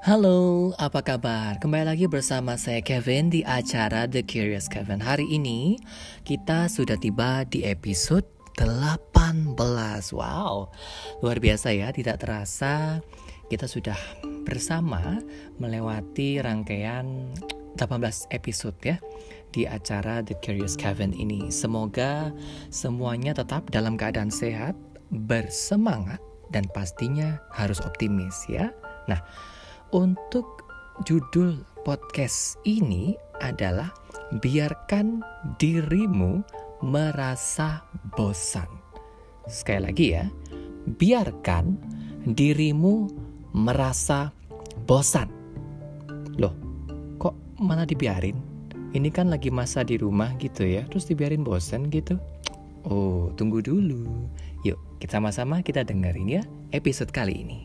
Halo, apa kabar? Kembali lagi bersama saya Kevin di acara The Curious Kevin. Hari ini kita sudah tiba di episode 18. Wow, luar biasa ya, tidak terasa kita sudah bersama melewati rangkaian 18 episode ya di acara The Curious Kevin ini. Semoga semuanya tetap dalam keadaan sehat, bersemangat, dan pastinya harus optimis ya. Nah, untuk judul podcast ini adalah biarkan dirimu merasa bosan. Sekali lagi ya, biarkan dirimu merasa bosan. Loh, kok mana dibiarin? Ini kan lagi masa di rumah gitu ya, terus dibiarin bosan gitu? Oh, tunggu dulu. Yuk, kita sama-sama kita dengerin ya episode kali ini.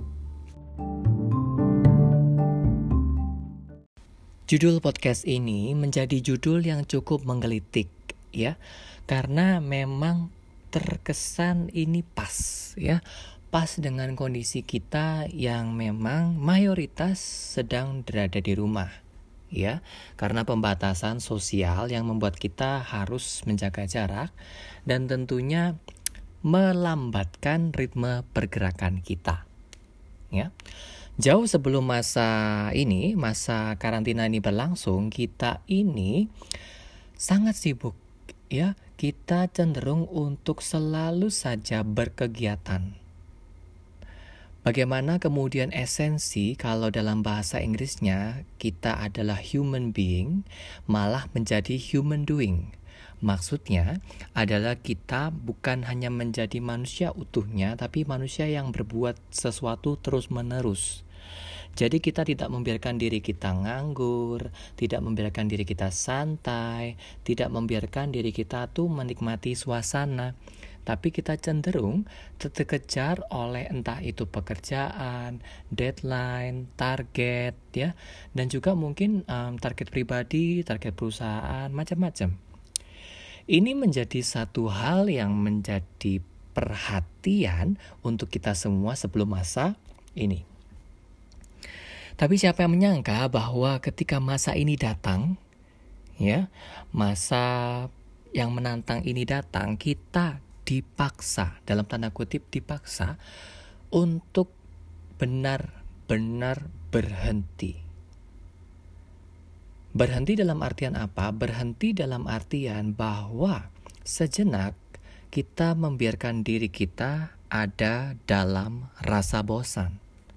Judul podcast ini menjadi judul yang cukup menggelitik ya, karena memang terkesan ini pas ya, pas dengan kondisi kita yang memang mayoritas sedang berada di rumah ya, karena pembatasan sosial yang membuat kita harus menjaga jarak dan tentunya melambatkan ritme pergerakan kita ya. Jauh sebelum masa karantina ini berlangsung, kita ini sangat sibuk ya. Kita cenderung untuk selalu saja berkegiatan. Bagaimana kemudian esensi kalau dalam bahasa Inggrisnya kita adalah human being malah menjadi human doing. Maksudnya adalah kita bukan hanya menjadi manusia utuhnya, tapi manusia yang berbuat sesuatu terus-menerus. Jadi kita tidak membiarkan diri kita nganggur, tidak membiarkan diri kita santai, tidak membiarkan diri kita tuh menikmati suasana. Tapi kita cenderung terkejar oleh entah itu pekerjaan, deadline, target ya, dan juga mungkin target pribadi, target perusahaan, macam-macam. Ini menjadi satu hal yang menjadi perhatian untuk kita semua sebelum masa ini. Tapi siapa yang menyangka bahwa ketika masa ini datang, ya, masa yang menantang ini datang, kita dipaksa, dalam tanda kutip dipaksa, untuk benar-benar berhenti. Berhenti dalam artian apa? Berhenti dalam artian bahwa sejenak kita membiarkan diri kita ada dalam rasa bosan.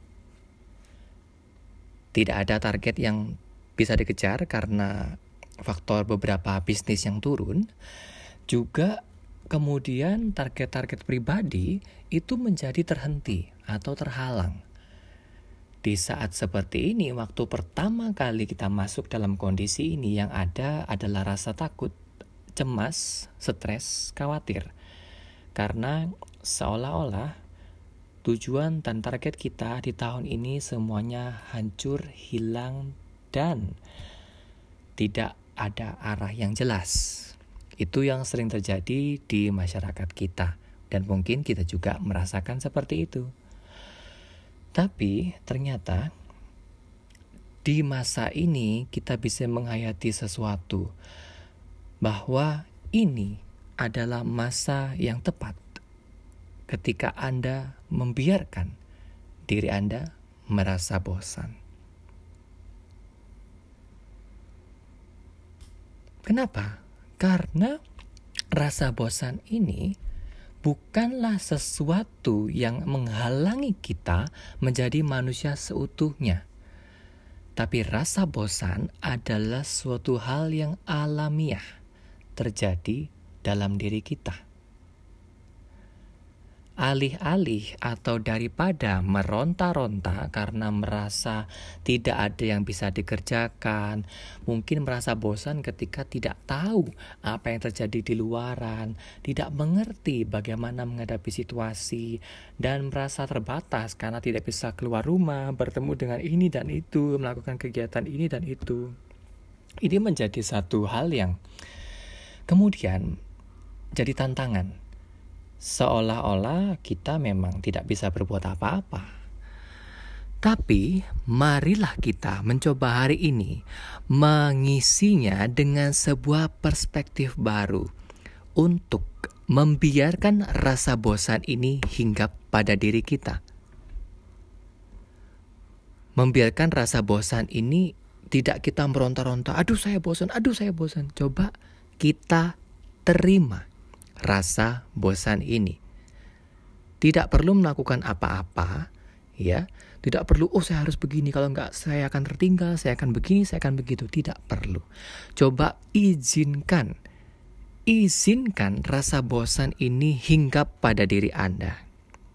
Tidak ada target yang bisa dikejar karena faktor beberapa bisnis yang turun. Juga kemudian target-target pribadi itu menjadi terhenti atau terhalang. Di saat seperti ini, waktu pertama kali kita masuk dalam kondisi ini, yang ada adalah rasa takut, cemas, stres, khawatir. Karena seolah-olah tujuan dan target kita di tahun ini semuanya hancur, hilang, dan tidak ada arah yang jelas. Itu yang sering terjadi di masyarakat kita, dan mungkin kita juga merasakan seperti itu. Tapi ternyata di masa ini kita bisa menghayati sesuatu, bahwa ini adalah masa yang tepat ketika Anda membiarkan diri Anda merasa bosan. Kenapa? Karena rasa bosan ini bukanlah sesuatu yang menghalangi kita menjadi manusia seutuhnya. Tapi rasa bosan adalah suatu hal yang alamiah terjadi dalam diri kita. Alih-alih atau daripada meronta-ronta karena merasa tidak ada yang bisa dikerjakan, mungkin merasa bosan ketika tidak tahu apa yang terjadi di luaran, tidak mengerti bagaimana menghadapi situasi, dan merasa terbatas karena tidak bisa keluar rumah, bertemu dengan ini dan itu, melakukan kegiatan ini dan itu. Ini menjadi satu hal yang kemudian jadi tantangan. Seolah-olah kita memang tidak bisa berbuat apa-apa. Tapi marilah kita mencoba hari ini mengisinya dengan sebuah perspektif baru untuk membiarkan rasa bosan ini hinggap pada diri kita. Membiarkan rasa bosan ini tidak kita meronta-ronta, aduh saya bosan. Coba kita terima rasa bosan ini. Tidak perlu melakukan apa-apa, ya. Tidak perlu, saya harus begini, kalau enggak saya akan tertinggal, saya akan begini, saya akan begitu. Tidak perlu. Coba izinkan rasa bosan ini hinggap pada diri Anda.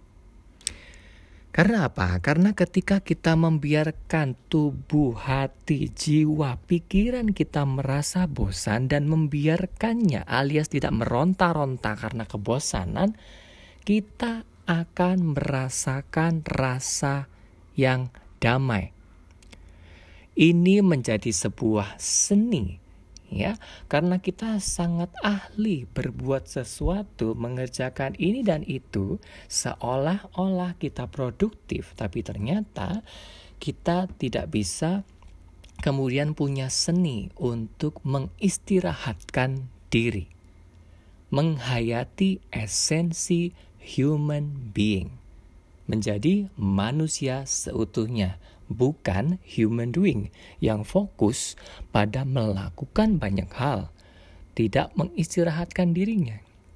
Karena apa? Karena ketika kita membiarkan tubuh, hati, jiwa, pikiran kita merasa bosan dan membiarkannya alias tidak meronta-ronta karena kebosanan, kita akan merasakan rasa yang damai. Ini menjadi sebuah seni, ya, karena kita sangat ahli berbuat sesuatu, mengerjakan ini dan itu seolah-olah kita produktif, tapi ternyata kita tidak bisa kemudian punya seni untuk mengistirahatkan diri, menghayati esensi human being, menjadi manusia seutuhnya, bukan human doing yang fokus pada melakukan banyak hal, tidak mengistirahatkan dirinya.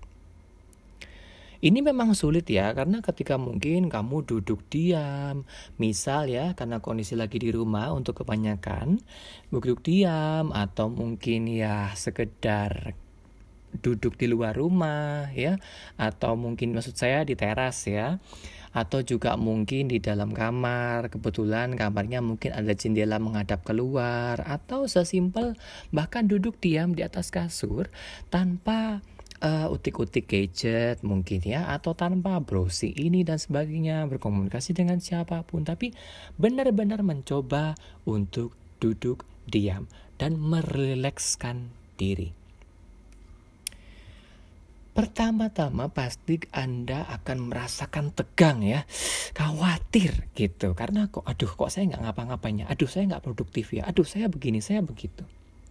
Ini memang sulit ya, karena ketika mungkin kamu duduk diam, misal ya, karena kondisi lagi di rumah untuk kebanyakan, duduk diam atau mungkin ya sekedar duduk di luar rumah ya, atau mungkin maksud saya di teras ya, atau juga mungkin di dalam kamar, kebetulan kamarnya mungkin ada jendela menghadap keluar, atau sesimpel bahkan duduk diam di atas kasur tanpa utik-utik gadget mungkin ya, atau tanpa browsing ini dan sebagainya, berkomunikasi dengan siapapun, tapi benar-benar mencoba untuk duduk diam dan merilekskan diri. Pertama-tama pasti Anda akan merasakan tegang ya, khawatir gitu, karena kok saya nggak ngapa-ngapainnya, saya nggak produktif ya, saya begini, saya begitu.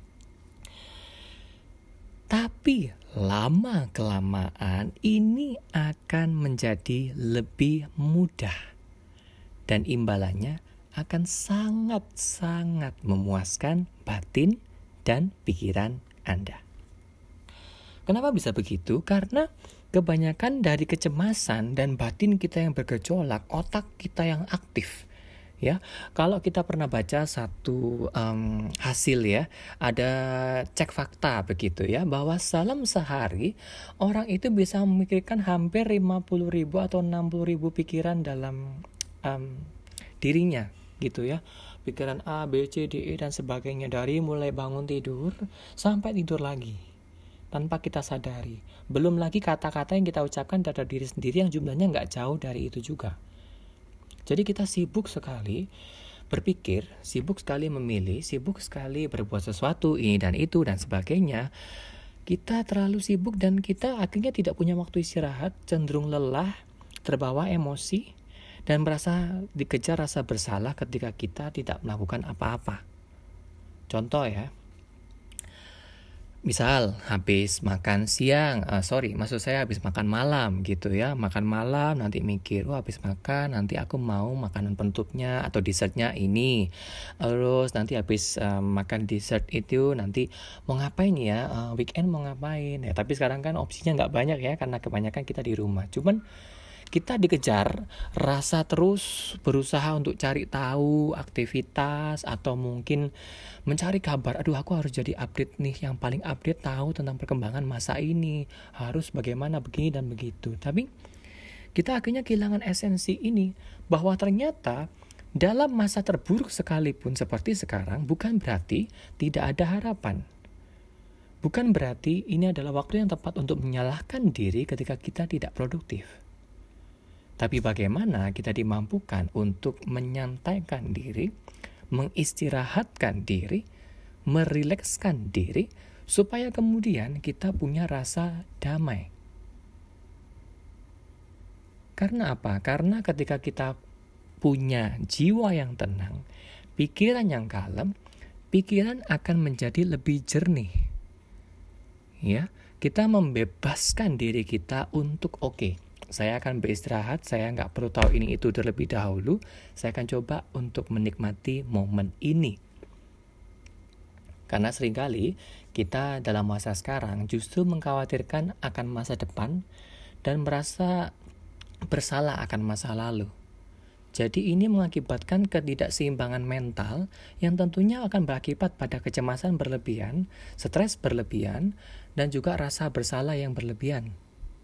Tapi lama-kelamaan ini akan menjadi lebih mudah dan imbalannya akan sangat-sangat memuaskan batin dan pikiran Anda. Kenapa bisa begitu? Karena kebanyakan dari kecemasan dan batin kita yang bergejolak, otak kita yang aktif. Ya, kalau kita pernah baca satu hasil ya, ada cek fakta begitu ya, bahwa dalam sehari orang itu bisa memikirkan hampir 50.000 atau 60.000 pikiran dalam dirinya gitu ya. Pikiran A, B, C, D, E dan sebagainya, dari mulai bangun tidur sampai tidur lagi, tanpa kita sadari. Belum lagi kata-kata yang kita ucapkan terhadap diri sendiri yang jumlahnya nggak jauh dari itu juga. Jadi kita sibuk sekali berpikir, sibuk sekali memilih, sibuk sekali berbuat sesuatu ini dan itu dan sebagainya. Kita terlalu sibuk dan kita akhirnya tidak punya waktu istirahat, cenderung lelah, terbawa emosi, dan merasa dikejar rasa bersalah ketika kita tidak melakukan apa-apa. Contoh ya, misal habis makan siang, habis makan malam gitu ya. Makan malam nanti mikir, habis makan nanti aku mau makanan penutupnya atau dessertnya ini. Terus nanti habis makan dessert itu nanti mau ngapain ya, weekend mau ngapain ya. Tapi sekarang kan opsinya nggak banyak ya, karena kebanyakan kita di rumah. Cuman kita dikejar rasa terus berusaha untuk cari tahu aktivitas atau mungkin mencari kabar. Aku harus jadi update nih, yang paling update tahu tentang perkembangan masa ini, harus bagaimana begini dan begitu. Tapi kita akhirnya kehilangan esensi ini, bahwa ternyata dalam masa terburuk sekalipun seperti sekarang, bukan berarti tidak ada harapan. Bukan berarti ini adalah waktu yang tepat untuk menyalahkan diri ketika kita tidak produktif. Tapi bagaimana kita dimampukan untuk menyantaikan diri, mengistirahatkan diri, merilekskan diri, supaya kemudian kita punya rasa damai. Karena apa? Karena ketika kita punya jiwa yang tenang, pikiran yang kalem, pikiran akan menjadi lebih jernih. Ya, kita membebaskan diri kita untuk saya akan beristirahat, saya nggak perlu tahu ini itu terlebih dahulu, saya akan coba untuk menikmati momen ini. Karena seringkali kita dalam masa sekarang justru mengkhawatirkan akan masa depan dan merasa bersalah akan masa lalu. Jadi ini mengakibatkan ketidakseimbangan mental yang tentunya akan berakibat pada kecemasan berlebihan, stres berlebihan, dan juga rasa bersalah yang berlebihan.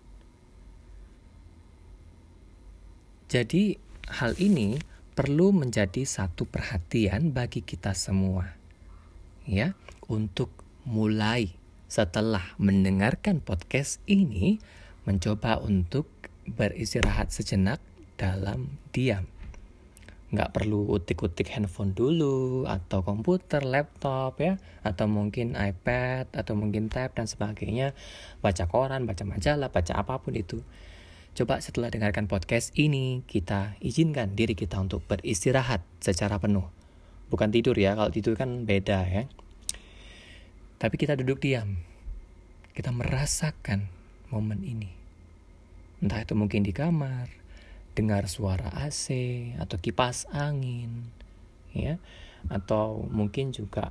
Jadi hal ini perlu menjadi satu perhatian bagi kita semua. Ya, untuk mulai setelah mendengarkan podcast ini, mencoba untuk beristirahat sejenak dalam diam. Nggak perlu utik-utik handphone dulu, atau komputer, laptop ya, atau mungkin iPad, atau mungkin tab dan sebagainya. Baca koran, baca majalah, baca apapun itu. Coba setelah dengarkan podcast ini, kita izinkan diri kita untuk beristirahat secara penuh. Bukan tidur ya, kalau tidur kan beda ya. Tapi kita duduk diam. Kita merasakan momen ini. Entah itu mungkin di kamar, dengar suara AC atau kipas angin, ya, atau mungkin juga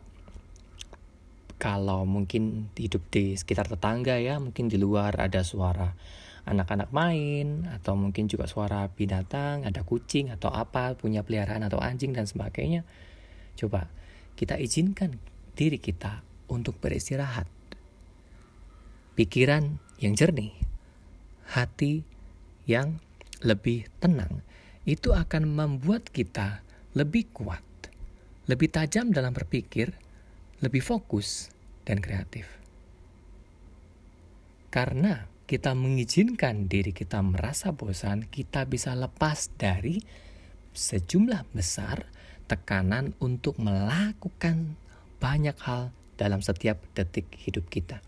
kalau mungkin hidup di sekitar tetangga ya, mungkin di luar ada suara anak-anak main, atau mungkin juga suara binatang, ada kucing atau apa, punya peliharaan atau anjing dan sebagainya. Coba kita izinkan diri kita untuk beristirahat. Pikiran yang jernih, hati yang lebih tenang, itu akan membuat kita lebih kuat, lebih tajam dalam berpikir, lebih fokus dan kreatif. Karena kita mengizinkan diri kita merasa bosan, kita bisa lepas dari sejumlah besar tekanan untuk melakukan banyak hal dalam setiap detik hidup kita.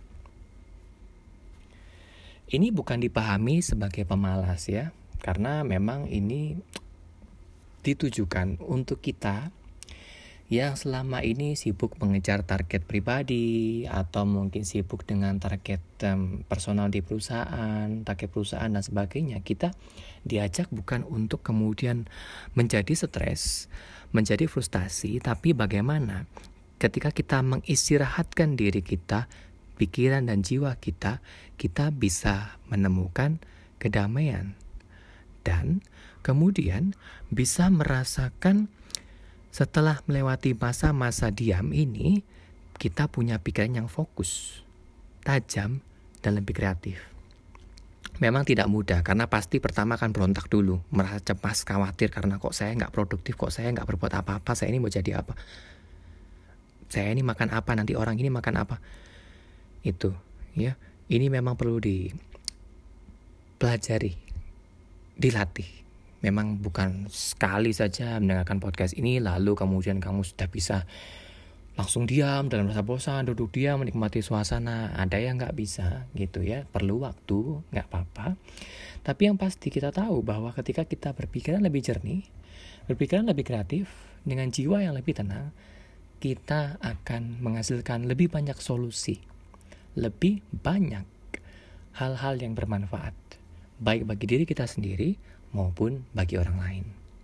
Ini bukan dipahami sebagai pemalas ya, karena memang ini ditujukan untuk kita yang selama ini sibuk mengejar target pribadi atau mungkin sibuk dengan target personal di perusahaan, target perusahaan dan sebagainya. Kita diajak bukan untuk kemudian menjadi stres, menjadi frustasi, tapi bagaimana ketika kita mengistirahatkan diri kita, pikiran dan jiwa kita, kita bisa menemukan kedamaian dan kemudian bisa merasakan setelah melewati masa-masa diam ini, kita punya pikiran yang fokus, tajam, dan lebih kreatif. Memang tidak mudah, karena pasti pertama akan berontak dulu, merasa cemas, khawatir, karena kok saya nggak produktif, kok saya nggak berbuat apa-apa, saya ini mau jadi apa? Saya ini makan apa, nanti orang ini makan apa? Itu, ya. Ini memang perlu dipelajari, dilatih. Memang bukan sekali saja mendengarkan podcast ini lalu kemudian kamu sudah bisa langsung diam dalam rasa bosan, duduk diam menikmati suasana. Ada yang nggak bisa gitu ya, perlu waktu, nggak apa-apa. Tapi yang pasti kita tahu bahwa ketika kita berpikiran lebih jernih, berpikiran lebih kreatif, dengan jiwa yang lebih tenang, kita akan menghasilkan lebih banyak solusi, lebih banyak hal-hal yang bermanfaat, baik bagi diri kita sendiri maupun bagi orang lain.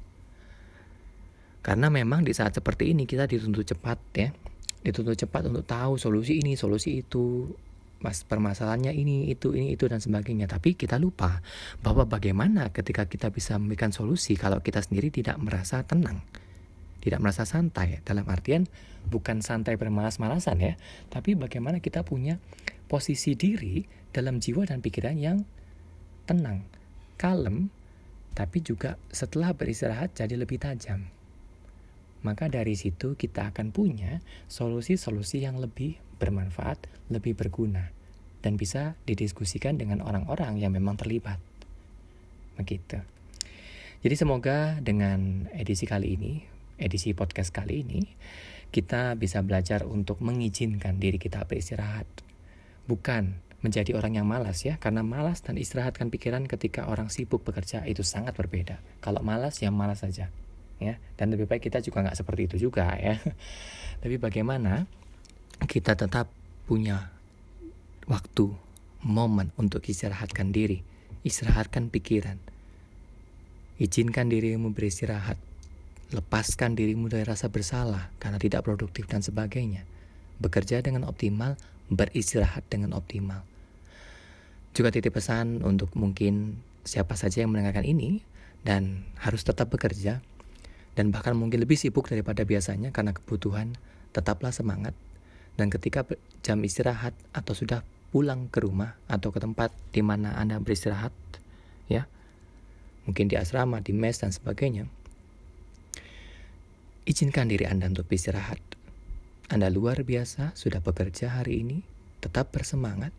Karena memang di saat seperti ini kita dituntut cepat ya. Dituntut cepat untuk tahu solusi ini, solusi itu, permasalahannya ini, itu dan sebagainya. Tapi kita lupa bahwa bagaimana ketika kita bisa memberikan solusi kalau kita sendiri tidak merasa tenang, tidak merasa santai. Dalam artian bukan santai bermalas-malasan ya, tapi bagaimana kita punya posisi diri dalam jiwa dan pikiran yang tenang, kalem, tapi juga setelah beristirahat jadi lebih tajam. Maka dari situ kita akan punya solusi-solusi yang lebih bermanfaat, lebih berguna, dan bisa didiskusikan dengan orang-orang yang memang terlibat. Begitu. Jadi semoga dengan edisi kali ini, edisi podcast kali ini, kita bisa belajar untuk mengizinkan diri kita beristirahat. Bukan menjadi orang yang malas ya, karena malas dan istirahatkan pikiran ketika orang sibuk bekerja itu sangat berbeda. Kalau malas ya malas saja ya, dan lebih baik kita juga nggak seperti itu juga ya. Tapi bagaimana kita tetap punya waktu, momen untuk istirahatkan diri, istirahatkan pikiran, izinkan dirimu beristirahat, lepaskan dirimu dari rasa bersalah karena tidak produktif dan sebagainya, bekerja dengan optimal, beristirahat dengan optimal. Juga titip pesan untuk mungkin siapa saja yang mendengarkan ini dan harus tetap bekerja dan bahkan mungkin lebih sibuk daripada biasanya karena kebutuhan, tetaplah semangat. Dan ketika jam istirahat atau sudah pulang ke rumah atau ke tempat di mana Anda beristirahat, ya, mungkin di asrama, di mes dan sebagainya, izinkan diri Anda untuk beristirahat. Anda luar biasa, sudah bekerja hari ini, tetap bersemangat.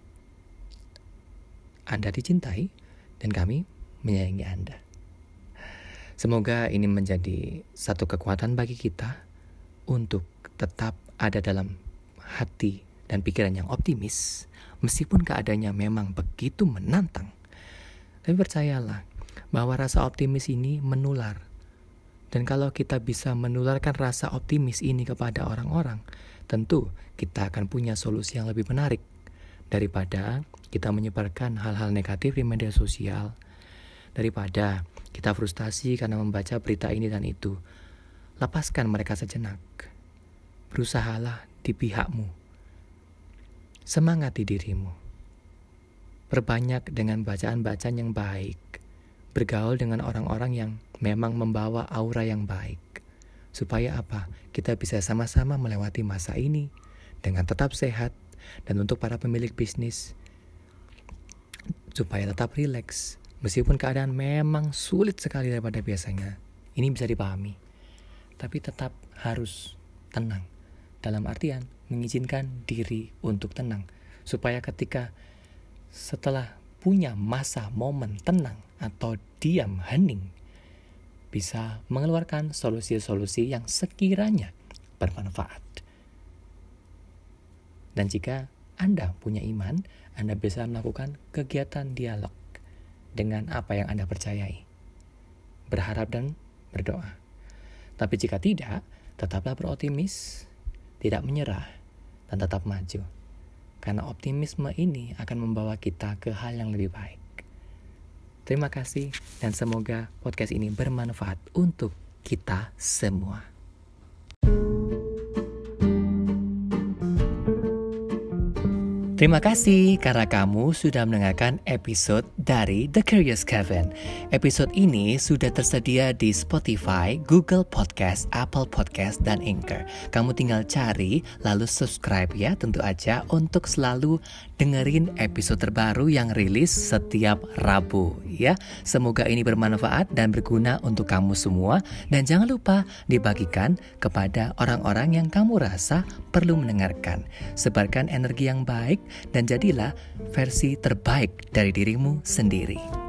Anda dicintai dan kami menyayangi Anda. Semoga ini menjadi satu kekuatan bagi kita untuk tetap ada dalam hati dan pikiran yang optimis, meskipun keadaannya memang begitu menantang. Tapi percayalah bahwa rasa optimis ini menular. Dan kalau kita bisa menularkan rasa optimis ini kepada orang-orang, tentu kita akan punya solusi yang lebih menarik daripada kita menyebarkan hal-hal negatif di media sosial, daripada kita frustasi karena membaca berita ini dan itu. Lepaskan mereka sejenak. Berusahalah di pihakmu. Semangati dirimu. Perbanyak dengan bacaan-bacaan yang baik. Bergaul dengan orang-orang yang memang membawa aura yang baik. Supaya apa? Kita bisa sama-sama melewati masa ini dengan tetap sehat. Dan untuk para pemilik bisnis, supaya tetap rileks. Meskipun keadaan memang sulit sekali daripada biasanya. Ini bisa dipahami. Tapi tetap harus tenang. Dalam artian mengizinkan diri untuk tenang. Supaya ketika setelah punya masa momen tenang atau diam hening, bisa mengeluarkan solusi-solusi yang sekiranya bermanfaat. Dan jika Anda punya iman, Anda bisa melakukan kegiatan dialog dengan apa yang Anda percayai. Berharap dan berdoa. Tapi jika tidak, tetaplah beroptimis, tidak menyerah, dan tetap maju. Karena optimisme ini akan membawa kita ke hal yang lebih baik. Terima kasih dan semoga podcast ini bermanfaat untuk kita semua. Terima kasih karena kamu sudah mendengarkan episode dari The Curious Kevin. Episode ini sudah tersedia di Spotify, Google Podcast, Apple Podcast, dan Anchor. Kamu tinggal cari lalu subscribe ya, tentu aja untuk selalu dengerin episode terbaru yang rilis setiap Rabu ya. Semoga ini bermanfaat dan berguna untuk kamu semua, dan jangan lupa dibagikan kepada orang-orang yang kamu rasa perlu mendengarkan. Sebarkan energi yang baik dan jadilah versi terbaik dari dirimu sendiri.